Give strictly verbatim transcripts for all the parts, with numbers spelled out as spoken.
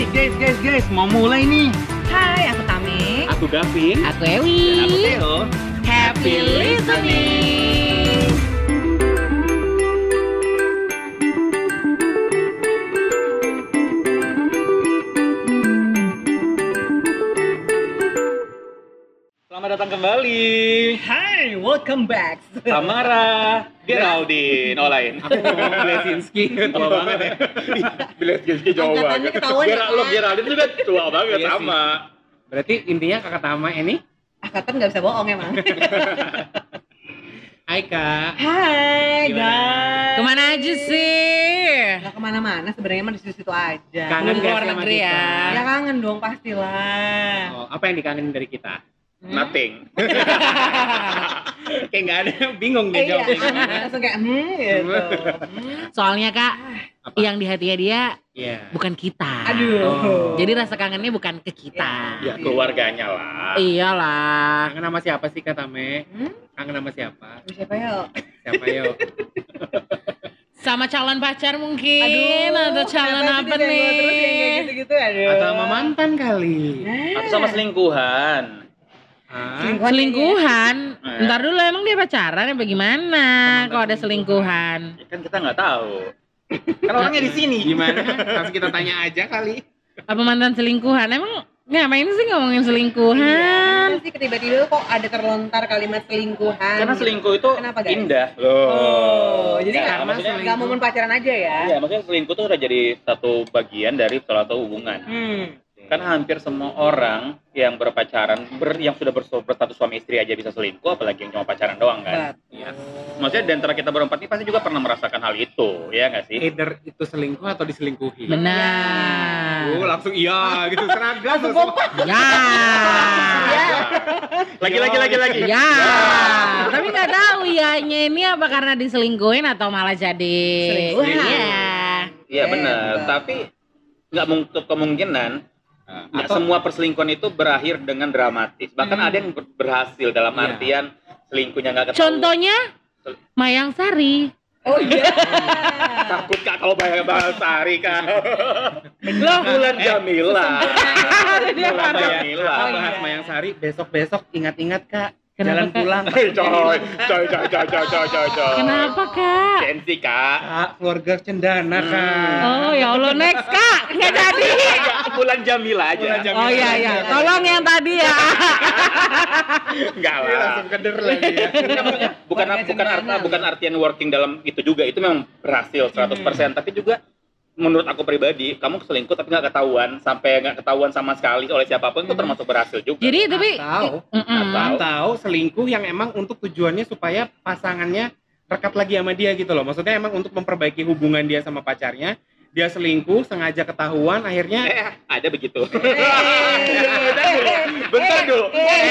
Nih guys, guys, guys, mau mulai nih. Hai, aku Tami. Aku Gavin. Aku Ewi. Dan aku Theo. Happy listening. Selamat datang kembali. Hai, welcome back. Tamara, Geraldine, oh lain. Aku ngomong Blesinski, tua banget ya. Blesinski jauh Angkatannya banget. ketahuan ya, Ger- Kak. Lo Geraldine juga tua banget Iya sih. sama. Berarti intinya kakak Tama ini. Angkatan nggak bisa bohong emang. Hai kak. Hai Gimana? guys. Kemana aja sih? Nggak kemana-mana sebenarnya mah di situ aja. Kangen Belum gak keluar sih sama negeri kita? ya? Ya kangen dong pastilah. Oh, apa yang dikangenin dari kita? Hmm? Nothing. Kayak nggak ada, bingung Eh, dia iya, jawabnya. langsung kayak hmm gitu. Hmm. Soalnya kak, Apa? yang di hatinya dia Iya. bukan kita. Aduh. Oh. Jadi rasa kangennya bukan ke kita. Ya keluarganya lah. Iyalah. Kangen sama siapa sih kak Tame? Hmm? Kangen sama siapa? Siapa ya? Siapa yuk? Sama calon pacar mungkin atau calon kenapa sih apa disenggol nih? Terus yang kayak gitu-gitu aduh. Atau sama mantan kali? Atau sama selingkuhan. Hah? Selingkuhan. Selingkuhan. Eh. Ntar dulu emang dia pacaran apa gimana? Mantan Kalau ada selingkuhan. selingkuhan. Ya kan kita nggak tahu. Kan orangnya di sini. Gimana? Langsung kita tanya aja kali. Apa mantan selingkuhan? Emang ngapain sih ngomongin Iya, selingkuhan? kenapa sih tiba-tiba kok ada terlontar kalimat selingkuhan? Karena selingkuh itu Kenapa, guys? indah. Oh, jadi Ya, karena maksudnya nggak momen pacaran aja ya? Iya, maksudnya selingkuh itu udah jadi satu bagian dari salah satu hubungan. Hmm. Kan hampir semua orang yang berpacaran, ber, yang sudah bersu- berstatus suami istri aja bisa selingkuh, apalagi yang cuma pacaran doang kan. Iya. Maksudnya di antara kita berempat ini pasti juga pernah merasakan hal itu, ya nggak sih? Either itu selingkuh atau diselingkuhi. Benar. Oh, langsung iya gitu seragam. Langsung langsung- kompak. Ya. Lagi, lagi, lagi, lagi. Ya. Tapi nggak tahu yanya ini apa karena diselingkuhin atau malah jadi Selingkuhan. Iya. Iya Eh, benar, betul. tapi nggak menutup kemungkinan nggak Atau- semua perselingkuhan itu berakhir dengan dramatis. Bahkan Hmm. ada yang ber- berhasil dalam Iya. artian selingkuhnya nggak ketahuan. Contohnya Mayang Sari. Oh iya. Takut kak kalau bayar Sari kak. Loh, Bulan Jamila. Dia Bulan marah. Jamila. Kita Oh, bahas iya. Mayang Sari besok-besok ingat-ingat kak. Kenapa, Jalan Kak? pulang. Coy, coy, coy, coy, coy, coy, coy, coy. Kenapa kak? Sensi kak. Kak, keluarga cendana Hmm. kak. Oh ya Allah, next kak. Nggak jadi. Bulan Jamila aja. Bulan Jamila. Oh iya iya. Tolong yang tadi ya. Enggak Dia lah. langsung keder lagi ya. Enggak, maksudnya bukan Keluarga bukan cendana. arti bukan artian working dalam itu juga, itu memang berhasil seratus persen, tapi juga menurut aku pribadi kamu selingkuh tapi nggak ketahuan sampai nggak ketahuan sama sekali oleh siapapun itu termasuk berhasil juga. Jadi tapi Atau, Mm-mm. Atau- atau selingkuh yang emang untuk tujuannya supaya pasangannya rekat lagi sama dia gitu loh. Maksudnya emang untuk memperbaiki hubungan dia sama pacarnya. Dia selingkuh, sengaja ketahuan, akhirnya eh ada begitu. Eh, Bentar dulu. Bentar dulu.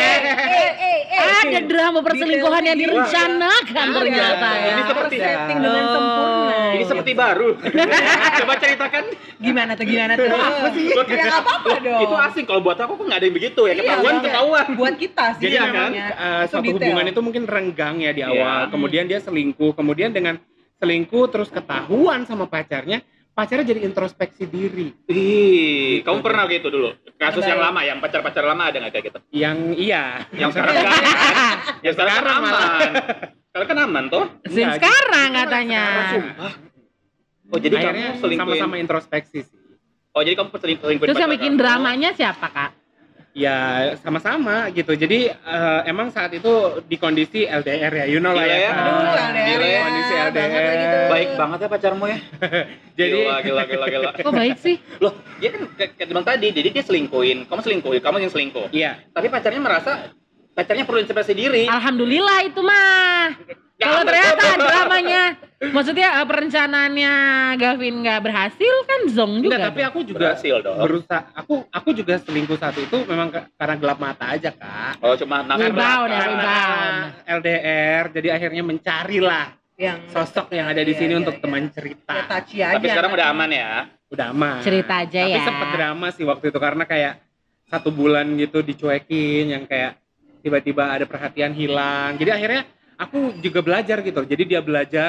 ada drama perselingkuhan yang direncanakan Ada. ternyata ya. Ini seperti setting dengan Oh. sempurna. ini seperti baru. Coba ceritakan. Gimana tuh gimana tuh? Apa sih? Ya nggak apa-apa dong. Itu asing kalau buat aku kok nggak ada yang begitu ya. Iya, Ketahuan iya. ketahuan. Buat kita sih. jadi Iya, memang namanya. uh, Itu suatu detail. hubungan itu mungkin renggang ya di Iya. awal. Kemudian dia selingkuh, kemudian dengan selingkuh terus ketahuan sama pacarnya, pacarnya jadi introspeksi diri. Ih, kamu pernah gitu dulu? Kasus Ada. yang lama, yang pacar-pacar lama ada nggak kayak gitu? Yang iya, Yang sekarang nggak ada kan? Yang sekarang kan Sekarang malah. aman. Sekarang kan aman toh? Sin Iya, sekarang gitu. katanya. Sumpah. Oh jadi Akhirnya kamu selingkuhin? sama-sama introspeksi sih. Oh jadi kamu selingkuh selingkuhin Terus yang pacar bikin kamu? dramanya siapa kak? Ya sama-sama gitu. Jadi eh, emang saat itu di kondisi L D R ya, you know lah Gila ya. ya. Kak. Aduh, L D R Gila ya. ya. Kondisi L D R. Banget lagi tuh. Baik banget ya pacarmu ya. Jadi gila, gila, gila, gila. Kok baik sih? Loh, dia kan kayak kayak bilang tadi, jadi dia selingkuhin, kamu selingkuhin, kamu yang selingkuh. iya. Tapi pacarnya merasa pacarnya perlu inspirasi diri. Alhamdulillah itu mah. Ya, Kalau aman. ternyata dramanya, maksudnya eh, perencanaannya Gavin nggak berhasil kan zong juga. Enggak, tapi dong. aku juga Berhasil dong. berusaha. Aku aku juga selingkuh saat itu memang ke- karena gelap mata aja, Kak. Oh cuma nafsu Rebound ya, belakang. rebound. L D R, jadi akhirnya mencarilah Yang sosok yang ada di Iya, sini iya, untuk iya. teman ya, cerita. touchy aja. Tapi sekarang udah aman ya. Udah aman. Cerita aja Tapi ya. sempet drama sih waktu itu karena kayak satu bulan gitu dicuekin, yang kayak tiba-tiba ada perhatian hilang. Jadi akhirnya aku juga belajar gitu. Jadi dia belajar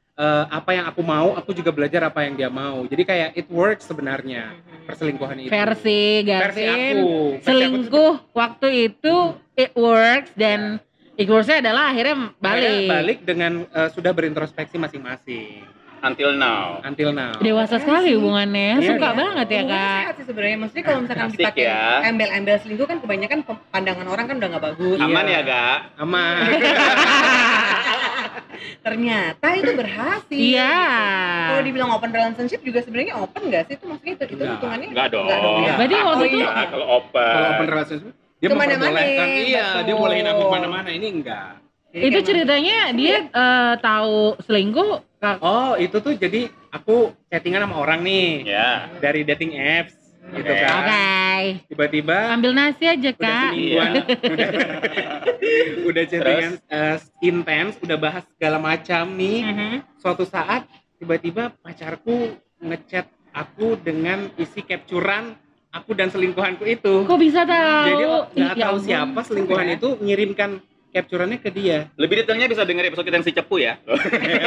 eh, apa yang aku mau, aku juga belajar apa yang dia mau. Jadi kayak it works sebenarnya perselingkuhan itu. Versi Versi Gavin, aku. Versi aku selingkuh waktu itu it works dan it works-nya adalah akhirnya tuh akhirnya balik. balik dengan eh, sudah berintrospeksi masing-masing. Until now. Until now. Dewasa sekali hubungannya, Iya, suka iya. banget ya Hubungannya kak. sehat sih sebenarnya. Maksudnya kalau misalkan Asik dipakai ya. embel-embel selingkuh kan kebanyakan pem- pandangan orang kan udah nggak bagus. Iya. Aman ya, Gak? Aman. Ternyata itu berhasil. Iya. Kalau dibilang open relationship juga sebenarnya open nggak sih? Itu maksudnya itu, itu Enggak. hitungannya Enggak dong. Nggak dong ya? Berarti waktu Oh, itu- iya. Nah, kalau open. Kalau open relationship dia Kemana-mana, memperbolehkan, iya, betul. dia bolehin aku kemana-mana. Ini enggak. Jadi Itu kayak ceritanya dia eh, tahu selingkuh Kak. Oh, itu tuh jadi aku chattingan sama orang nih Ya. dari dating apps gitu Oke. kan. Oke. Tiba-tiba Ambil nasi aja udah kak. semingguan, udah udah chattingan eh, intens, udah bahas segala macam nih. Mhm. Suatu saat tiba-tiba pacarku ngechat aku dengan isi capturean aku dan selingkuhanku itu. Kok bisa tahu? Jadi oh, nggak Ih, ya tahu ampun. siapa selingkuhan Ya. itu ngirimkan capturannya ke dia. Lebih detailnya bisa denger episode kita yang si Cepu ya. Oh,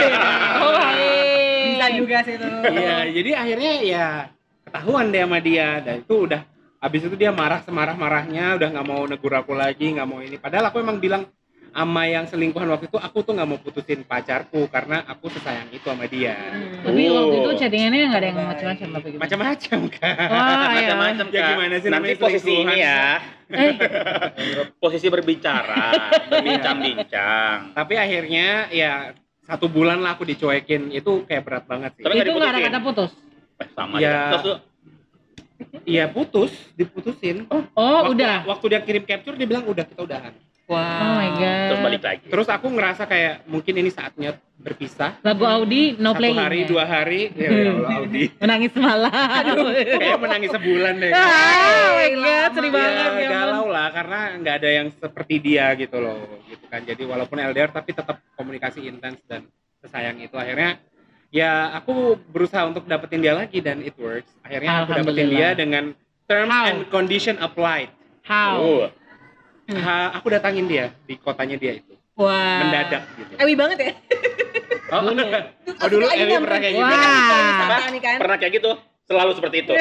hai. Bisa juga sih itu. Iya, jadi akhirnya ya ketahuan deh sama dia dan itu udah habis itu dia marah semarah-marahnya, udah nggak mau negur aku lagi, nggak mau ini. Padahal aku emang bilang sama yang selingkuhan waktu itu aku tuh nggak mau putusin pacarku karena aku sesayang itu sama dia. Tapi Oh. waktu itu chattingannya nggak ada yang macam-macam tapi gimana? Macam-macam kan. Oh, iya. Macam-macam, Ya Kak. gimana sih Nanti namanya posisi selingkuhan? ini ya. Eh, Posisi berbicara, berbincang-bincang. Tapi akhirnya ya satu bulan lah aku dicuekin, itu kayak berat banget sih. Tapi nggak itu nggak ada diputusin? kata putus. Eh, sama Ya. ya. Terus tuh, Iya putus, diputusin. Oh, waktu, udah. Waktu dia kirim capture dia bilang udah kita udahan. Wow. Oh my god. terus balik lagi. Terus aku ngerasa kayak mungkin ini saatnya berpisah. Lagu Audi no Satu playing. hari, ya? dua hari, ya, ya Allah Audi. Menangis semalam. Kayak menangis sebulan deh. Oh my god, sedih Ya, banget ya. ampun. galau lah karena nggak ada yang seperti dia gitu loh, gitu kan. Jadi walaupun L D R tapi tetap komunikasi intens dan sesayang itu. Akhirnya ya aku berusaha untuk dapetin dia lagi dan it works. Akhirnya aku dapetin dia Alhamdulillah. dengan terms How? and condition applied. How? Oh, Ha, aku datangin dia di kotanya dia itu Wah. mendadak gitu. Ewi banget ya. Oh, Dulu. oh dulu Ewi pernah kayak gitu. Wah. Kalau misalkan nih kan. pernah kayak gitu? Selalu seperti itu.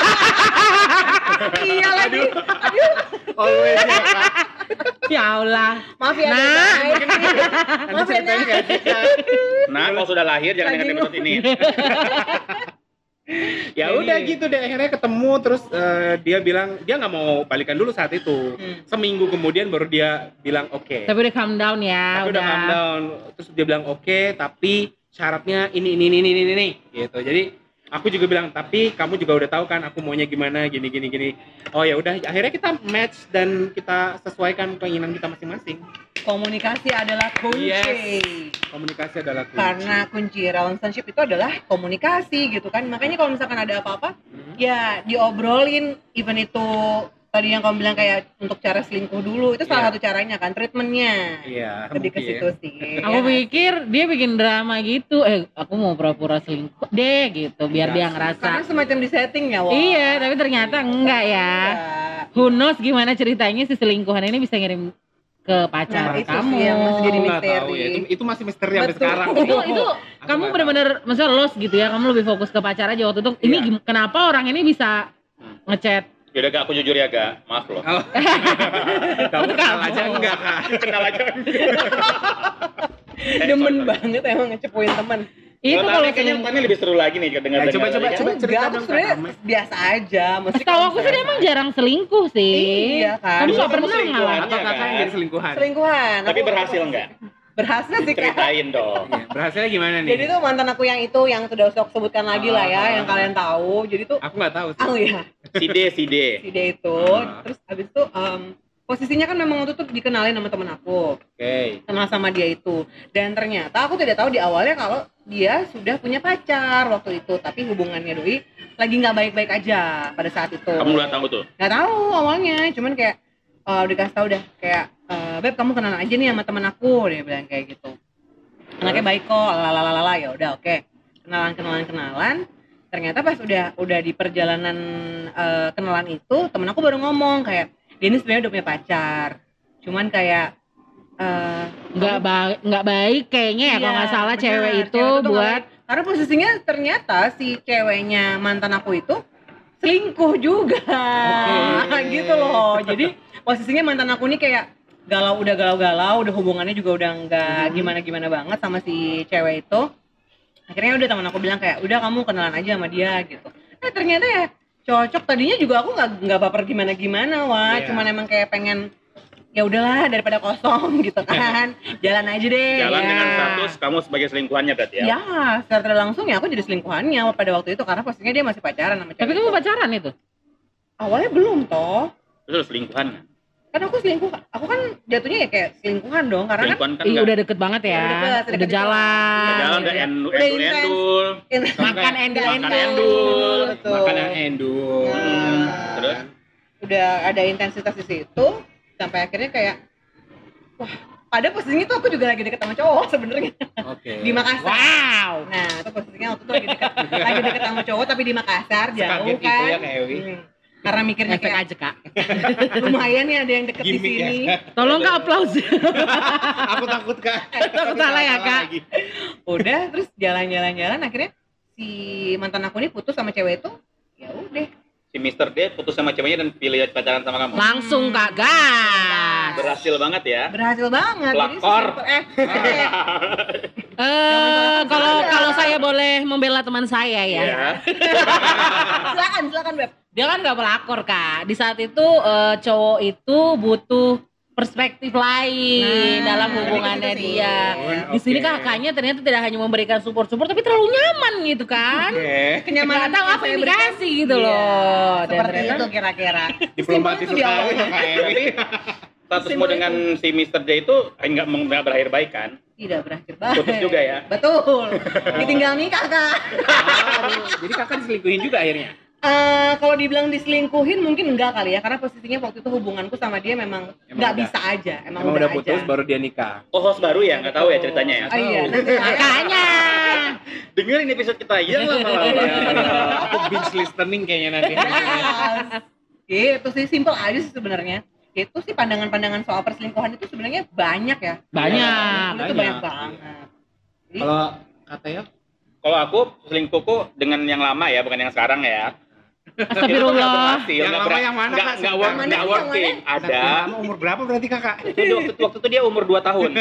Iya lagi. Always ya, Kak. Ya Allah. Maaf ya. Nah. guys. Nanti Maaf ya, ceritanya Nak. kayak gitu. Nah, kalau sudah lahir jangan Lagi dengerin episode ini. Ya Jadi- udah gitu deh, akhirnya ketemu terus eh, dia bilang dia nggak mau balikan dulu saat itu. Hmm. Seminggu kemudian baru dia bilang oke. Tapi udah calm down ya. Tapi udah calm down. Terus dia bilang oke, tapi syaratnya ini ini ini ini ini, ini. gitu. Jadi aku juga bilang tapi kamu juga udah tahu kan aku maunya gimana gini gini gini. Oh ya udah, akhirnya kita match dan kita sesuaikan keinginan kita masing-masing. Komunikasi adalah kunci. Yes. Komunikasi adalah kunci. Karena kunci relationship itu adalah komunikasi gitu kan. Makanya kalau misalkan ada apa-apa, Hmm. ya diobrolin. Even itu tadi yang kamu bilang kayak untuk cara selingkuh dulu, itu salah Iya. satu caranya kan, treatmentnya. Iya, Lebih ke mungkin. situ sih. Aku Ya. pikir dia bikin drama gitu. Eh, aku mau pura-pura selingkuh deh gitu biar Enggak dia sih. ngerasa. Karena semacam di setting ya, Wak. Iya, tapi ternyata enggak ya. Enggak. Who knows gimana ceritanya si selingkuhan ini bisa ngirim ke pacar Nah, itu kamu. sih yang masih jadi Aku nggak misteri. tahu ya. Itu, itu masih misteri sampai Betul. sekarang. itu itu Aku kamu nggak bener-bener maksudnya lost gitu ya, kamu lebih fokus ke pacar aja waktu itu. Ini Iya. gim- kenapa orang ini bisa ngechat? Yaudah Gak, aku jujur ya Gak, maaf loh. tahu. Oh. Kamu kenal aja enggak, Kak? Kenal aja. Eh, Demen sorry, sorry. banget emang ngecepuin temen. Itu Kalau kalau Tami kayaknya selingkuh. Tami lebih seru lagi nih dengar Ya, dengar. coba, coba, lagi. coba. Enggak, cerita aku dong, sebenarnya Kak Tami. biasa aja. Mesti Setahu aku sih dia emang jarang selingkuh sih. Iya kan. Kamu Dulu gak kamu pernah selingkuhan. nggak? Atau kakak yang kan? jadi selingkuhan? selingkuhan. Tapi Aku- berhasil nggak? Berhasil sih Kak. Ceritain dong. Iya, berhasilnya gimana nih? Jadi tuh mantan aku yang itu yang sudah aku sebutkan lagi lah ya, Ah. yang kalian tahu. Jadi tuh Aku nggak tahu sih. oh iya, Si D, si D. si dia itu. Ah. Terus abis itu em, posisinya kan memang waktu itu dikenalin sama temen aku, Oke. kenal sama dia itu. Dan ternyata aku tidak tahu di awalnya kalau dia sudah punya pacar waktu itu, tapi hubungannya doi lagi nggak baik-baik aja pada saat itu. Kamu udah tahu tuh. Nggak tahu awalnya, cuman kayak eh, dikasih tahu udah kayak eh, beb kamu kenalan aja nih sama temen aku, dia bilang kayak gitu. Anaknya baik kok, lalalala, ya udah oke. Kenalan kenalan kenalan. Ternyata pas udah udah di perjalanan eh, kenalan itu, temen aku baru ngomong kayak dia ini sebenarnya udah punya pacar. Cuman kayak eh, Nggak baik, nggak baik kayaknya ya kalau nggak salah benar, cewek itu tuh nggak buat baik. Karena posisinya ternyata si ceweknya mantan aku itu selingkuh juga. Oke. Gitu loh. Jadi posisinya mantan aku ini kayak galau, udah galau-galau, udah hubungannya juga udah nggak Hmm. gimana-gimana banget sama si cewek itu. Akhirnya udah teman aku bilang kayak udah kamu kenalan aja sama dia gitu. Eh ternyata ya cocok. Tadinya juga aku nggak nggak baper gimana-gimana, wah. Iya. Cuman emang kayak pengen ya udahlah daripada kosong gitu kan. Jalan aja deh. Jalan ya. dengan status kamu sebagai selingkuhannya berarti ya. Ya, secara tidak langsung ya aku jadi selingkuhannya pada waktu itu karena posisinya dia masih pacaran sama cewek. tapi kamu itu. pacaran itu? Awalnya belum toh. Terus selingkuhan. Kan aku selingkuh, aku kan jatuhnya ya kayak selingkuhan dong karena kan Selingkuhan kan Ih, enggak. udah deket banget ya. Udah deket, Udah, deket dikit. jalan. Udah jalan iya, udah iya. endul Udah endul intens. endul. Makan endul Makan endul. endul. Betul. Makanan endul. Hmm. Terus? Udah ada intensitas di situ sampai akhirnya kayak wah, pada posisinya tuh aku juga lagi deket sama cowok sebenarnya Oke. di Makassar. Wow. Nah, itu posisinya waktu itu lagi deket lagi deket sama cowok tapi di Makassar jauh Sekaget itu kan. ya, Kak Ewi. Hmm. Karena mikirnya Efek kayak aja kak. lumayan ya ada yang deket di Gimik ya. sini. Tolong kak applause. Aku takut Kak. Takut salah ya, Kak. lagi. Udah terus jalan-jalan-jalan akhirnya si mantan aku ini putus sama cewek itu. Ya udah. Si mister D putus sama ceweknya dan pilih pacaran sama kamu. Langsung kak gas. Berhasil banget ya. Berhasil banget. Jadi Pelakor. super- eh, eh, Eh kalau saya. kalau saya boleh membela teman saya ya. Iya. silakan silakan Beb. Dia kan nggak pelakor kak. Di saat itu eh, cowok itu butuh perspektif lain Nah, dalam lebih ke hubungannya situ sih. dia. Oke. Di sini kakaknya ternyata tidak hanya memberikan support-support tapi terlalu nyaman gitu kan. Oke. Kenyamanan Nggak tahu yang apa saya yang berikan. dikasih gitu Iya, loh. Dan seperti ternyata- itu kira-kira. Diplomatis Simpel itu di sekali awal. ya Kak Ewi. Statusmu Simpel dengan si mister J itu enggak enggak berakhir baik kan? Tidak berakhir baik. Putus juga ya? Betul. Ditinggal nikah kak. Aduh, jadi Kakak diselingkuhin juga akhirnya? Eh, kalau dibilang diselingkuhin mungkin enggak kali ya karena posisinya waktu itu hubunganku sama dia memang Emang nggak udah- bisa aja emang, Emang udah aja. putus baru dia nikah. Oh, host baru ya? Nggak tahu ya ceritanya ya? Oh iya, nanti saya- Makanya. Dengerin episode kita yang lama-lama. Aku binge listening kayaknya nanti. Yes. Gitu sih, simple aja sih sebenarnya. Itu sih pandangan-pandangan soal perselingkuhan itu sebenarnya banyak ya. Banyak. Itu banyak. banyak banget. Jadi, Kalau katanya Kalau aku selingkuhku dengan yang lama ya, bukan yang sekarang ya. Astagfirullah. Itu nggak berhasil, Yang nggak lama ber- yang mana, nggak- Kak? nggak work- Yang mana nggak sih, yang working. Ada. lama umur berapa berarti Kakak? Itu di waktu, waktu itu dia umur dua tahun.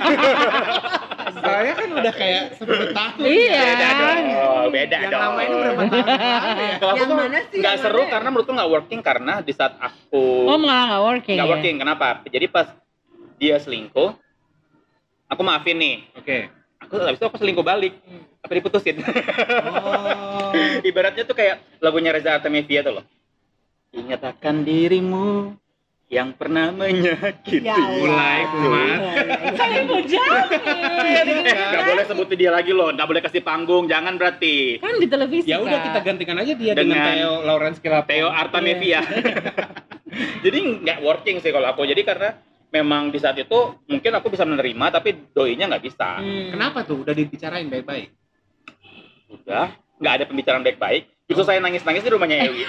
Saya kan udah kayak sepuluh tahun. Iya. Beda dong. Oh, beda Yang dong. lama ini berapa tahun? Berapa ya? Kalau aku Yang tuh mana sih, nggak yang seru mana? karena menurutku nggak working karena di saat aku Oh malah nggak working. nggak ya? working. Kenapa? Jadi pas dia selingkuh, aku maafin nih. Oke. Aku habis itu aku selingkuh balik. Tapi diputusin. Oh. Ibaratnya tuh kayak lagunya Reza Artamevia tuh loh. Ingat akan dirimu yang pernah menyakiti. Ya Allah. Mulai kumat. Saya mau jamin. Eh, nggak boleh sebutin dia lagi loh, nggak boleh kasih panggung, jangan berarti. Kan di televisi Ya udah Kak. kita gantikan aja dia dengan, Dengan Theo Lawrence Kilap. Theo Artamevia. Jadi nggak working sih kalau aku. Jadi karena memang di saat itu mungkin aku bisa menerima, tapi doinya nggak bisa. Hmm. Kenapa tuh? Udah dibicarain baik-baik. Udah, nggak ada pembicaraan baik-baik. Justru saya nangis-nangis di rumahnya Ewi.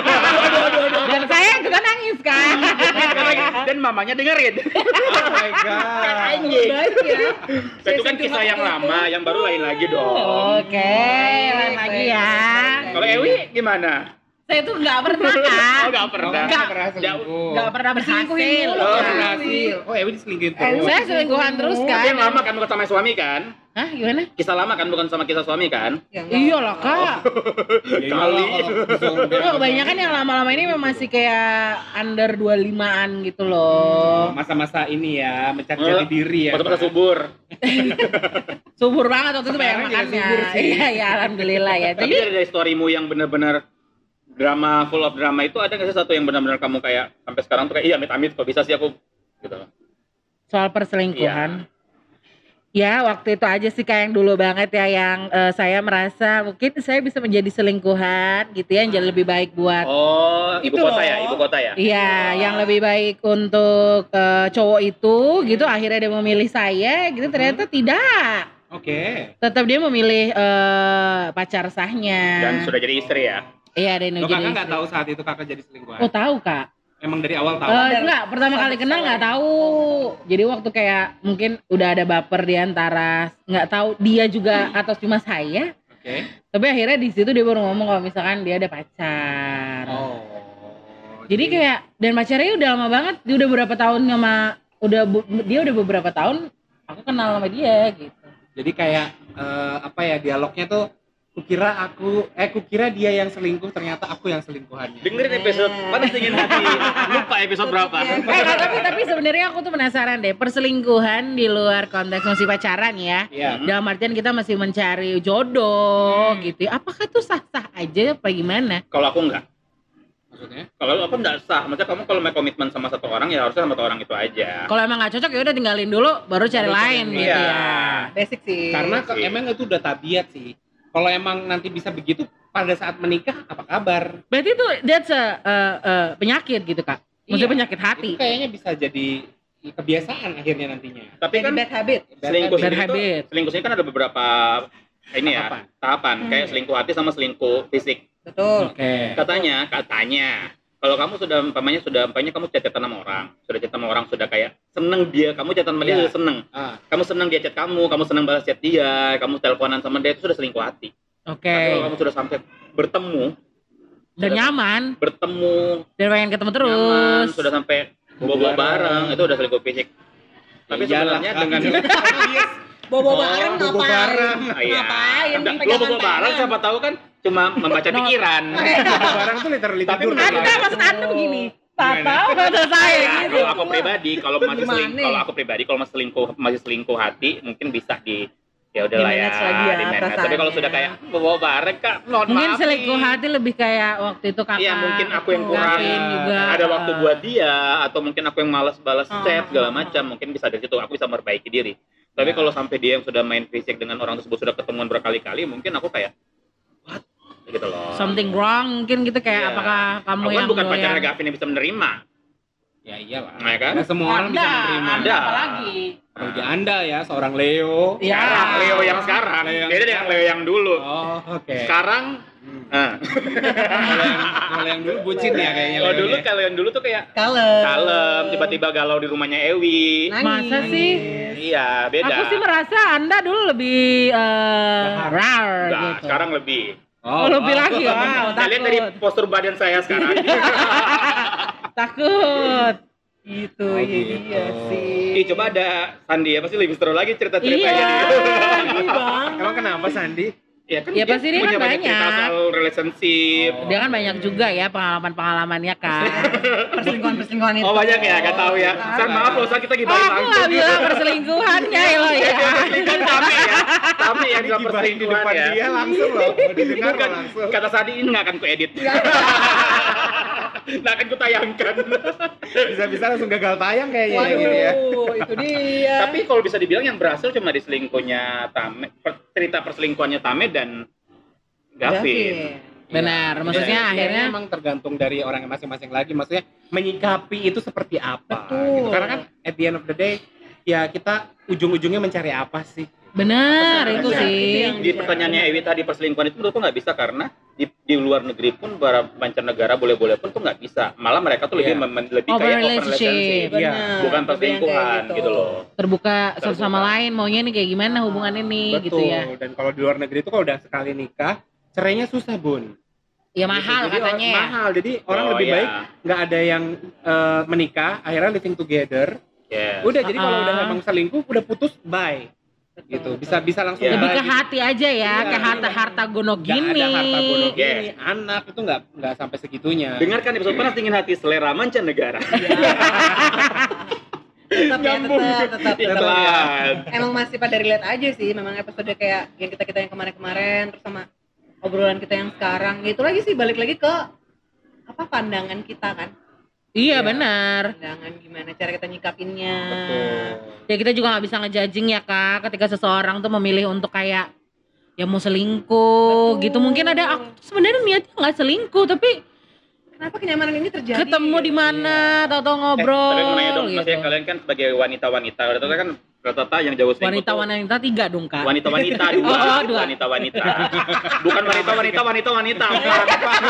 Dan saya juga nangis kan. Dan mamanya dengerin. Oh my god. Anjing. Baik ya. Itu kan kisah yang lama, yang baru lain lagi dong. Oke, lain lagi ya. Kalau Ewi gimana? Saya tuh nggak pernah kan. Oh, nggak pernah. Nggak pernah Jauh. selingkuh. Nggak pernah Diselingkuhin berhasil. mulu. Oh, Oh, berhasil. Oh, Ewi diselingkuhin terus. Saya selingkuhan terus kan. Tapi yang lama kan bukan sama suami kan? Hah, gimana? Kisah lama kan bukan sama kisah suami kan? Ya, enggak. Iya lah kak. Ya, Kali. iyalah, kalau disuruh bilang Oh, kebanyakan yang lama-lama ini memang masih kayak under dua puluh limaan gitu loh. masa-masa ini ya, mencari Oh, jati diri ya. Masa-masa Pak. subur. Subur banget waktu itu banyak Sekarang ya makannya. subur sih. Iya, ya alhamdulillah ya. Tapi Jadi dari, dari storymu yang benar-benar drama, full of drama itu ada nggak sih satu yang benar-benar kamu kayak sampai sekarang tuh kayak iya amit-amit kok bisa sih aku gitu. soal perselingkuhan. Ya waktu itu aja sih kayak yang dulu banget ya yang eh, saya merasa mungkin saya bisa menjadi selingkuhan gitu ya yang jadi lebih baik buat Oh, ibu Itu kota loh. ya, ibu kota ya. iya yang lebih baik untuk eh, cowok itu gitu akhirnya dia memilih saya gitu ternyata tidak. Oke. Tetap dia memilih eh, pacar sahnya. Dan sudah jadi istri ya. Iya dan Lo jadi kakak nggak istri. tahu saat itu kakak jadi selingkuhan? Oh tahu kak. emang dari awal tahu? Eh, enggak, pertama kali kenal nggak tahu. Jadi waktu kayak mungkin udah ada baper di antara nggak tahu dia juga atau cuma saya. Oke. Tapi akhirnya di situ dia baru ngomong kalau misalkan dia ada pacar. Oh. Jadi kayak dan pacarnya udah lama banget, dia udah beberapa tahun sama udah bu- dia udah beberapa tahun aku kenal sama dia gitu. Jadi kayak eh, apa ya dialognya tuh kukira aku eh kukira dia yang selingkuh ternyata aku yang selingkuhannya. Dengerin episode Panas Dingin Hati. Lupa episode berapa. Eh, tapi tapi sebenarnya aku tuh penasaran deh, perselingkuhan di luar konteks masih pacaran ya. Iya. Dalam artian kita masih mencari jodoh Hmm. gitu. Apakah tuh sah-sah aja apa gimana? Kalau aku enggak. Maksudnya? Kalau aku enggak sah. Maksudnya kamu kalau mau komitmen sama satu orang ya harusnya sama satu orang itu aja. Kalau emang nggak cocok ya udah tinggalin dulu, baru cari Baru cari lain yang gitu iya. ya. Basic sih. Karena ke- Iya. emang itu udah tabiat sih. Kalau emang nanti bisa begitu pada saat menikah apa kabar? Berarti itu that's a, uh, uh, penyakit gitu kak. Maksudnya Iya. penyakit hati. Itu kayaknya bisa jadi kebiasaan akhirnya nantinya. Tapi Jadi kan bad habit. selingkuh Bad ini tuh, habit. selingkuh ini kan ada beberapa ini ya Tahapan. tahapan Hmm. kayak selingkuh hati sama selingkuh fisik. Betul. Oke. Katanya, katanya kalau kamu sudah umpamanya sudah umpamanya kamu chat-chatan sama orang, sudah chat sama orang sudah kayak seneng dia, kamu chatan sama dia Iya. sudah seneng. Ah, Kamu seneng dia chat kamu, kamu seneng balas chat dia, kamu teleponan sama dia itu sudah selingkuh hati. Oke. Tapi kalau kamu sudah sampai bertemu, Dan sudah nyaman. bertemu, Dan pengen ketemu terus. nyaman, sudah sampai Bobo bobo bareng. bareng, itu udah selingkuh fisik. Tapi ya iyalah, sebenarnya kan. dengan Bobo Oh, bareng bobo ngapain? bareng. Ah, iya. Ngapain? Enggak, lo Pegangan bobo bareng tangan. siapa tahu kan cuma membaca No. pikiran. barang tuh literally Tapi tidur. menurut Anda aku- maksud Anda begini. Tak Gimana? tahu kata saya Ya, gitu. kalau aku pribadi, kalau masih Gimana? selingkuh, kalau aku pribadi kalau masih selingkuh masih selingkuh hati, mungkin bisa di ya udah lah ya, Di-manage lagi ya di-manage. Tapi perasaannya. kalau sudah kayak bawa bareng kak, mohon Mungkin maaf selingkuh nih. hati lebih kayak waktu itu kakak. Iya mungkin aku yang kurang ungkapin juga. ada waktu buat dia, atau mungkin aku yang malas balas Oh. chat segala macam, mungkin bisa dari situ aku bisa memperbaiki diri. Tapi Ya. kalau sampai dia yang sudah main fisik dengan orang tersebut sudah ketemuan berkali-kali, mungkin aku kayak what gitu loh. Something wrong mungkin gitu kayak Iya. apakah kamu Aku kan yang bukan pacarnya doyan- Gavin yang bisa menerima. Ya iyalah. Nah, ya kan? Nggak semua orang bisa Anda, menerima. Anda Ada. apalagi. Apalagi Anda ya, seorang Leo. Iya. Sekarang, Leo yang sekarang, Leo yang beda dengan sekarang. Leo yang dulu. Oh, oke. Sekarang, Hmm. ah. Kalau yang, kalau yang dulu bucin ya kayaknya. kalau Leo dulu ya. kalau yang dulu tuh kayak Kalem. kalem, tiba-tiba galau di rumahnya Ewi. Nangis. Masa sih? Iya, beda. Aku sih merasa Anda dulu lebih uh, Bahar. rar Enggak, gitu. sekarang lebih. Oh, lebih lagi. Wow, Nah, lihat dari takut. postur badan saya sekarang. Takut. Gitu, Oh, iya gitu. dia sih. Ih, coba ada Sandi apa sih lebih seru lagi cerita-ceritanya Iya. dia. Lagi bang. Emang kenapa Sandi? Ya kan Ya, dia pasti dia punya kan banyak cerita banyak. soal relationship. Oh. Dia kan banyak juga ya pengalaman-pengalamannya kan. Perselingkuhan-perselingkuhan itu. Oh banyak ya, gak tahu ya. San maaf loh, San kita Oh, gibahin aku langsung. gak bilang perselingkuhannya loh ya. Kan kami ya, kami yang Ini bilang gibahin di perselingkuhan depan ya. dia langsung loh. Mau didengar Bukan, loh langsung. kata Sadi ini nggak akan kuedit. Nggak akan kutayangkan. Bisa-bisa langsung gagal tayang kayaknya Waduh, gitu ya. itu dia. Tapi kalau bisa dibilang yang berhasil cuma di selingkuhnya Tame, per- cerita perselingkuhannya Tame dan Gavin. Benar, maksudnya Ya, akhirnya kayaknya emang tergantung dari orang yang masing-masing lagi. Maksudnya menyikapi itu seperti apa. Betul. Gitu. Karena kan at the end of the day ya kita ujung-ujungnya mencari apa sih? benar itu Iya, sih. itu yang- Di pertanyaannya Ewi tadi perselingkuhan itu menurutku nggak bisa karena di, di luar negeri pun para mancanegara boleh-boleh pun tuh nggak bisa. Malah mereka tuh lebih Iya. mem- lebih Open kayak open relationship. relationship, Iya. Benar, bukan lebih yang perselingkuhan kayak gitu loh. Terbuka satu Terbuka. sama lain maunya nih kayak gimana hubungan ini gitu Betul. ya. Dan kalau di luar negeri itu kalau udah sekali nikah, cerainya susah, Bun. Ya mahal Jadi katanya orang- ya. Mahal. Jadi orang Oh, lebih iya. baik nggak ada yang eh, menikah, akhirnya living together. Yes. Udah jadi kalau Ah. udah emang selingkuh, udah putus, bye. Betul, Gitu. betul. Bisa bisa langsung Iya. Lebih bye ke gitu. hati aja ya, Iya, ke harta-harta gono Nggak gini. ada harta bodoh Yes. gini, anak itu nggak nggak sampai segitunya. Dengarkan episode panas dingin hati selera mancanegara. Tetap ya, Nyambung. tetap, tetap, Ya, tetap. telat. Emang masih pada relate aja sih, memang episode kayak yang kita kita yang kemarin-kemarin terus sama obrolan kita yang sekarang. Itu lagi sih balik lagi ke apa pandangan kita kan, Iya Iya. benar. pandangan gimana cara kita nyikapinnya. Betul. Ya kita juga nggak bisa ngejudging ya kak, ketika seseorang tuh memilih untuk kayak ya mau selingkuh Betul. gitu. Mungkin ada aku sebenarnya niatnya nggak selingkuh tapi Kenapa kenyamanan ini terjadi? ketemu di mana, tahu-tahu Eh, ngobrol tapi mau nanya dong, gitu. maksudnya kalian kan sebagai wanita-wanita, udah tau kan Rata-rata yang jago selingkuh tuh Wanita-wanita tiga dong kak. wanita-wanita dua, Oh, dua. wanita-wanita. Bukan wanita-wanita, wanita-wanita empat.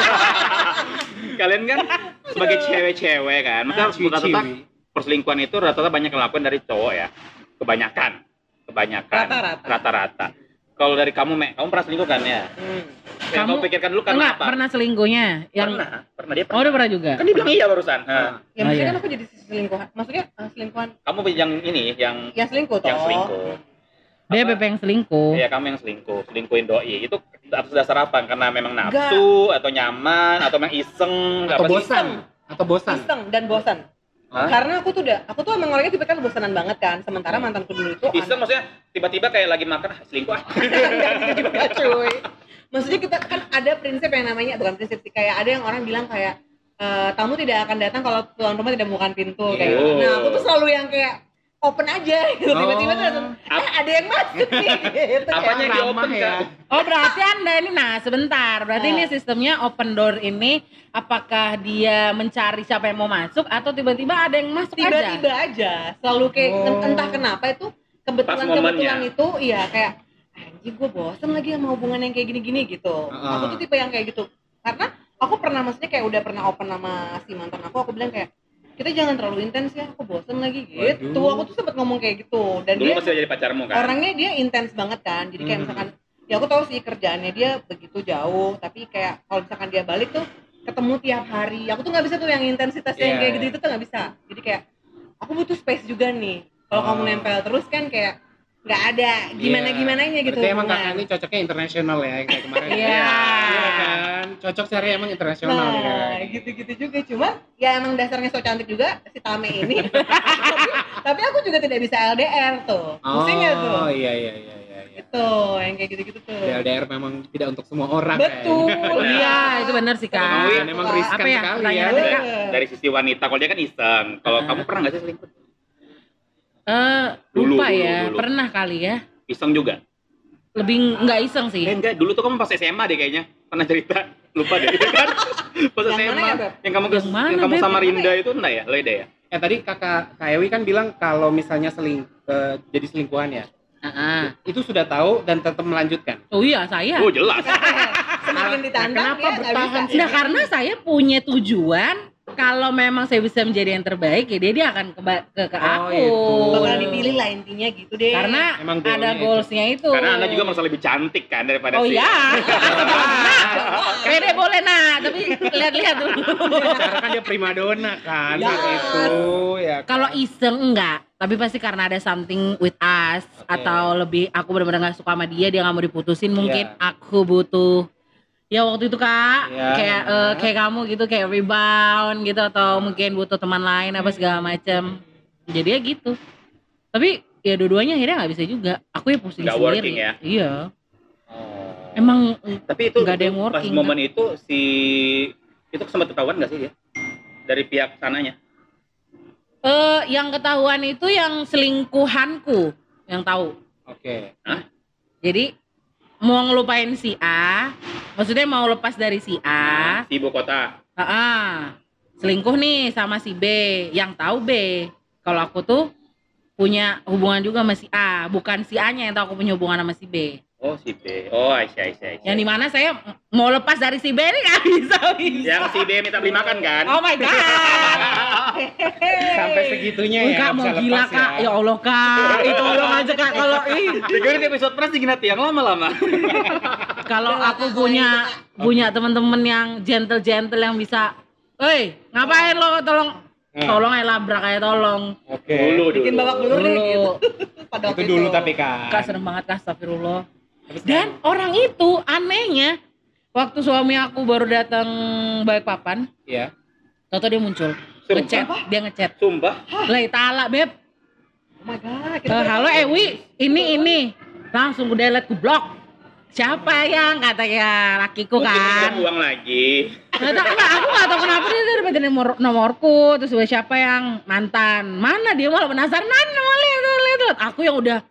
Kalian kan sebagai cewek-cewek kan, maksudnya rata-rata perselingkuhan itu rata-rata banyak yang lakukan dari cowok ya. Kebanyakan, kebanyakan, Rata-rata. rata-rata. Kalau dari kamu, Mek, kamu pernah selingkuh kan ya? Hmm. Yang kamu pikirkan dulu karena enggak apa? pernah selingkuhnya. Yang Pernah, pernah dia oh pernah. dia pernah juga. Kan dia bilang iya barusan. Nah, Ya Oh, maksudnya iya. kan aku jadi selingkuhan. Maksudnya eh, selingkuhan kamu yang ini, yang ya selingkuh toh. yang selingkuh. Dia Apa? Beb yang selingkuh. Iya, kamu yang selingkuh, selingkuhin doi. Itu atas dasar apa? Karena memang nafsu atau nyaman atau memang iseng Atau apa sih? bosan? Atau bosan? Iseng dan bosan. Hah? Karena aku tuh udah, aku tuh emang orangnya tipe kan bosanan banget kan. Sementara mantanku dulu itu Iseng maksudnya tiba-tiba kayak lagi makan ah, selingkuh ah. Enggak gitu juga cuy. Maksudnya kita kan ada prinsip yang namanya, bukan prinsip sih, kayak ada yang orang bilang kayak e, tamu tidak akan datang kalau tuan rumah tidak membukakan pintu kayak gitu. Oh. Nah aku tuh selalu yang kayak open aja gitu, tiba-tiba tuh langsung Ap- eh ada yang masuk nih gitu. Apanya kayak. di ramah open ya. kan? Oh berarti anda ini, nah sebentar, berarti Nah. ini sistemnya open door ini apakah dia mencari siapa yang mau masuk atau tiba-tiba ada yang masuk Tiba-tiba aja? aja, selalu kayak Oh. entah kenapa itu Pas kebetulan-kebetulan momennya. itu iya kayak anjing gue bosen lagi sama hubungan yang kayak gini-gini gitu. Uh-uh. Aku tuh tipe yang kayak gitu. Karena aku pernah maksudnya kayak udah pernah open sama si mantan aku, aku bilang kayak kita jangan terlalu intens ya, aku bosen lagi gitu. Waduh. Aku tuh sempet ngomong kayak gitu. Dan Dulu dia masih jadi pacarmu kan? orangnya dia intens banget kan. Jadi kayak Hmm. misalkan ya aku tahu sih kerjaannya dia begitu jauh, tapi kayak kalau misalkan dia balik tuh ketemu tiap hari. Aku tuh nggak bisa tuh yang intensitasnya yang Iya, kayak iya. gitu itu tuh nggak bisa. Jadi kayak aku butuh space juga nih. Kalau Oh. kamu nempel terus kan kayak nggak ada gimana gimananya gitu. Berarti emang hubungan. kakak ini cocoknya internasional ya kayak kemarin. Iya. Iya kan? Cocok cari emang internasional Nah, nih kakak. gitu-gitu juga. Cuman ya emang dasarnya so cantik juga si Tame ini. tapi, tapi aku juga tidak bisa L D R tuh. Pusingnya tuh. Oh iya iya iya iya. iya. Itu yang kayak gitu-gitu tuh. L D R memang tidak untuk semua orang. Betul. kayaknya. Iya itu benar sih kak. Emang Dan emang riskan Apa ya, sekali ya. pertanyaannya, Kak? Dari sisi wanita, kalau dia kan iseng. Kalau Ah. kamu pernah nggak sih selingkuh? Eh Dulu, lupa dulu, ya, dulu. pernah kali ya. Iseng juga? Lebih nggak iseng sih. Eh enggak, dulu tuh kamu pas S M A deh kayaknya. Pernah cerita, lupa deh kan? Pas Yang S M A, mana ya, Beb? yang kamu ke, Yang mana, yang kamu Beb? sama Yang mana Rinda itu enggak ya? Leda ya? Eh tadi kakak Kak Ewi kan bilang kalau misalnya seling eh, jadi selingkuhan ya. Ah, Itu sudah tahu dan tetap melanjutkan. oh iya saya. Oh jelas. Semakin ditantang Kenapa dia nggak bertahan bisa. Nah karena saya punya tujuan kalau memang saya bisa menjadi yang terbaik ya dia dia akan ke ke, ke Oh, aku. itu. Bakal dipilih lah intinya gitu deh. Karena Emang ada goalnya itu. goalsnya itu. Karena anda juga merasa lebih cantik kan daripada Oh si iya. Pede boleh nah, tapi lihat-lihat dulu. Karena kan dia primadona kan Ya. saat itu ya. kan? Kalau iseng enggak, tapi pasti karena ada something with us Oke. atau lebih aku benar-benar nggak suka sama dia, dia nggak mau diputusin, mungkin Iya. aku butuh ya waktu itu kak Iya. kayak eh, kayak kamu gitu kayak rebound gitu atau mungkin butuh teman lain apa segala macam. Jadi ya gitu. Tapi ya dua-duanya akhirnya nggak bisa juga. Aku ya pusing Nggak sendiri. working ya? Iya. Oh. Emang Tapi itu, nggak ada itu yang pas working, momen itu si itu sempat ketahuan nggak sih dia dari pihak sananya? eh yang ketahuan itu yang selingkuhanku yang tahu. Oke. Jadi mau ngelupain si A, maksudnya mau lepas dari si A, Si ibu kota. ah, ah, selingkuh nih sama si B, yang tahu B. Kalau aku tuh punya hubungan juga sama si A, bukan si A-nya yang tahu aku punya hubungan sama si B. Oh si B. Oh Aisyah Aisyah. Aisyah. Yang dimana saya mau lepas dari si B nih nggak bisa, bisa. Yang si B minta beli makan kan? Oh my god. Sampai segitunya ya. Enggak nggak mau bisa gila lepas kak, ya Allah kak, itu tolong aja kak kalau ih. Dengerin episode pernah sih Ginati yang lama-lama. Kalau Udah, aku Kak, punya kalau itu, punya teman-teman yang gentle-gentle yang bisa, "Hei, ngapain lo? Tolong Nah. tolong ya labrak kayak tolong." Oke. Dulu dulu. bikin babak belur deh gitu. Dulu. Pada Itu waktu dulu tapi kan. Kak serem banget Kak, astagfirullah. Tapi Dan sekarang- orang itu anehnya waktu suami aku baru datang Balikpapan, Iya. tau dia muncul. Sumpah? Ngechat, dia ngechat. Sumpah. Lah ta'ala, Beb. Oh my god. Eh, kita halo Ewi, ini ini. Langsung gue delete, gue blok. Siapa yang katanya lakiku Mungkin kan? minta uang lagi. Nggak tahu, nggak, aku nggak tahu kenapa dia dapat nomor nomorku, terus gue siapa yang mantan, mana dia malah penasaran, mana malah lihat lihat lihat. Aku yang udah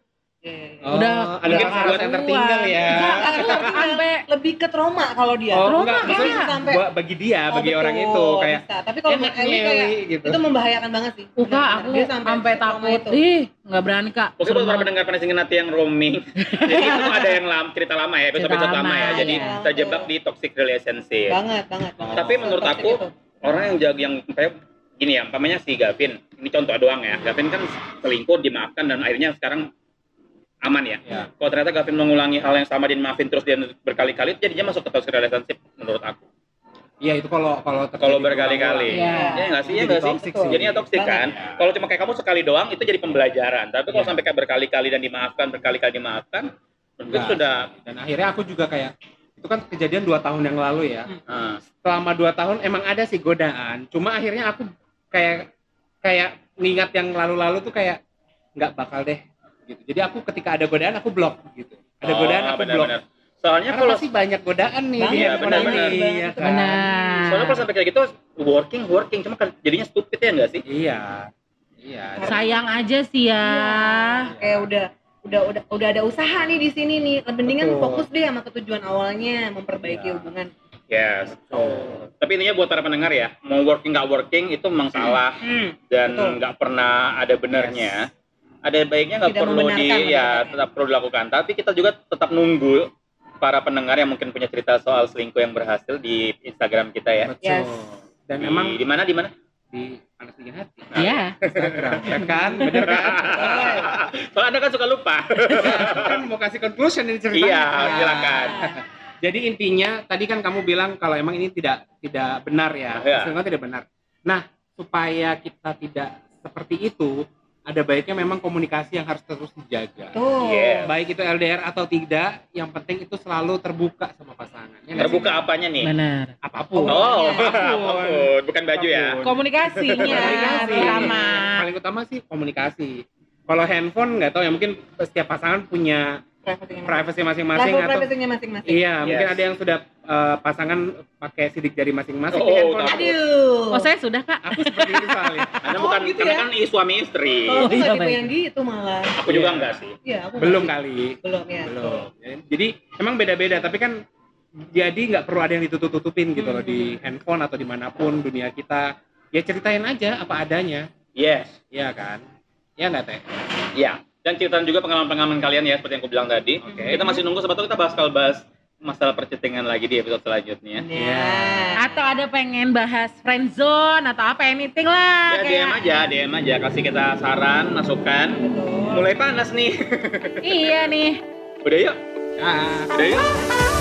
Oke. Oh, Udah- ada mungkin hal-hal buat- yang tertinggal ya. Aku sampai lebih ke trauma kalau dia. Oh, Trauma enggak, maksudnya kayaknya. Sampai- buat bagi dia, Oh, bagi orang betul, itu kayak bisa. Tapi kalau enak menurut Eli nih, kayak Eli, gitu. itu membahayakan banget sih. Uka, Benar-benar. aku Dia sampai trauma takut. itu. Ih, nggak berani kak. Oke, Serem buat para banget. pendengar Panasingin Hati yang roaming. Jadi itu ada yang lama, cerita lama ya, episode-episode Cerita lama ya. lama, Jadi ya. terjebak di toxic relationship. Banget, banget, banget. Tapi menurut Toxic aku itu. orang yang jaga yang kayak gini ya, umpamanya si Gavin, ini contoh doang ya. Gavin kan selingkuh, dimaafkan dan akhirnya sekarang aman ya. Ya. Kalau ternyata Gavin mengulangi hal yang sama dan maafin terus dia berkali-kali, jadinya masuk ke toxic relationship menurut aku. Iya, itu kalau kalau terjadi Kalau berkali-kali. berulang-ulang. Iya. Ya nggak sih, ya Jadi nggak sih. toxic sih. Jadinya toxic kan. Iya. Kalau cuma kayak kamu sekali doang itu jadi pembelajaran. Tapi kalau Iya. sampai kayak berkali-kali dan dimaafkan, berkali-kali dimaafkan, menurut gue Enggak sudah. sih. Dan akhirnya aku juga kayak itu kan kejadian dua tahun yang lalu ya. Ah, Selama dua tahun emang ada sih godaan. Cuma akhirnya aku kayak kayak ngingat yang lalu-lalu tuh kayak nggak bakal deh gitu. Jadi aku ketika ada godaan aku blok gitu. Ada oh, godaan aku blok. benar-benar. Soalnya Karena kalau pasti banyak godaan nih Banget, di Iya, handphone benar-benar. ini, ya kan? Benar. soalnya kalau sampai kayak gitu working working cuma kan jadinya stupid ya nggak sih? Iya. Iya. Sayang aja sih ya. Iya, kayak udah udah udah udah ada usaha nih di sini nih. Mendingan Betul. fokus deh sama ketujuan awalnya, memperbaiki Iya. hubungan. Yes. Betul. Tapi intinya buat para pendengar ya, mau working nggak working itu memang salah Hmm. dan betul. nggak pernah ada benarnya. Ada baiknya nggak Tidak perlu di membenarkan ya maksudnya. tetap perlu dilakukan. Tapi kita juga tetap nunggu para pendengar yang mungkin punya cerita soal selingkuh yang berhasil di Instagram kita ya. Betul. Yes. Dan Di, emang di mana di mana? di panas dingin hati. Iya. Instagram, ya kan? Bener kan? Soalnya Anda kan suka lupa. Aku kan mau kasih conclusion ini ceritanya. Iya, kan? silakan. Jadi intinya tadi kan kamu bilang kalau emang ini tidak tidak benar ya, Iya. selingkuh tidak benar. Nah, supaya kita tidak seperti itu, ada baiknya memang komunikasi yang harus terus dijaga. Tuh. Yes. Baik itu L D R atau tidak, yang penting itu selalu terbuka sama pasangan. Ya nggak Terbuka sih? apanya nih? Benar. Apapun. Oh, Apapun. apapun. Bukan baju ya. Apapun. Komunikasinya Komunikasi. pertama. Paling utama sih komunikasi. Kalau handphone nggak tahu ya, mungkin setiap pasangan punya Privasinya privacy masing-masing Level atau privasinya masing-masing. iya, Yes. mungkin ada yang sudah eh, pasangan pakai sidik jari masing-masing Oh, di handphone. takut. Aduh. Oh saya sudah kak. Aku seperti itu soalnya. Anda Oh, bukan gitu karena ya? kan i- suami istri. Kalau aku iya, nggak tipe baik. yang gitu malah. Aku juga Iya. enggak sih. Iya, aku Belum nggak kali. sih. Belum ya. Belum. Jadi emang beda-beda, tapi kan jadi nggak perlu ada yang ditutup-tutupin gitu loh di handphone atau dimanapun dunia kita. Ya ceritain aja apa adanya, Yes. ya kan? Ya nggak teh? Iya. Dan ceritain juga pengalaman-pengalaman kalian ya seperti yang aku bilang tadi. Oke. Kita masih nunggu sebetulnya kita bakal bahas masalah percettingan lagi di episode selanjutnya. Iya. Atau ada pengen bahas friendzone atau apa anything lah. Ya D M kayak- aja, D M aja kasih kita saran, masukan. Betul. Mulai panas nih. Iya nih. Udah yuk. Ah. Udah yuk.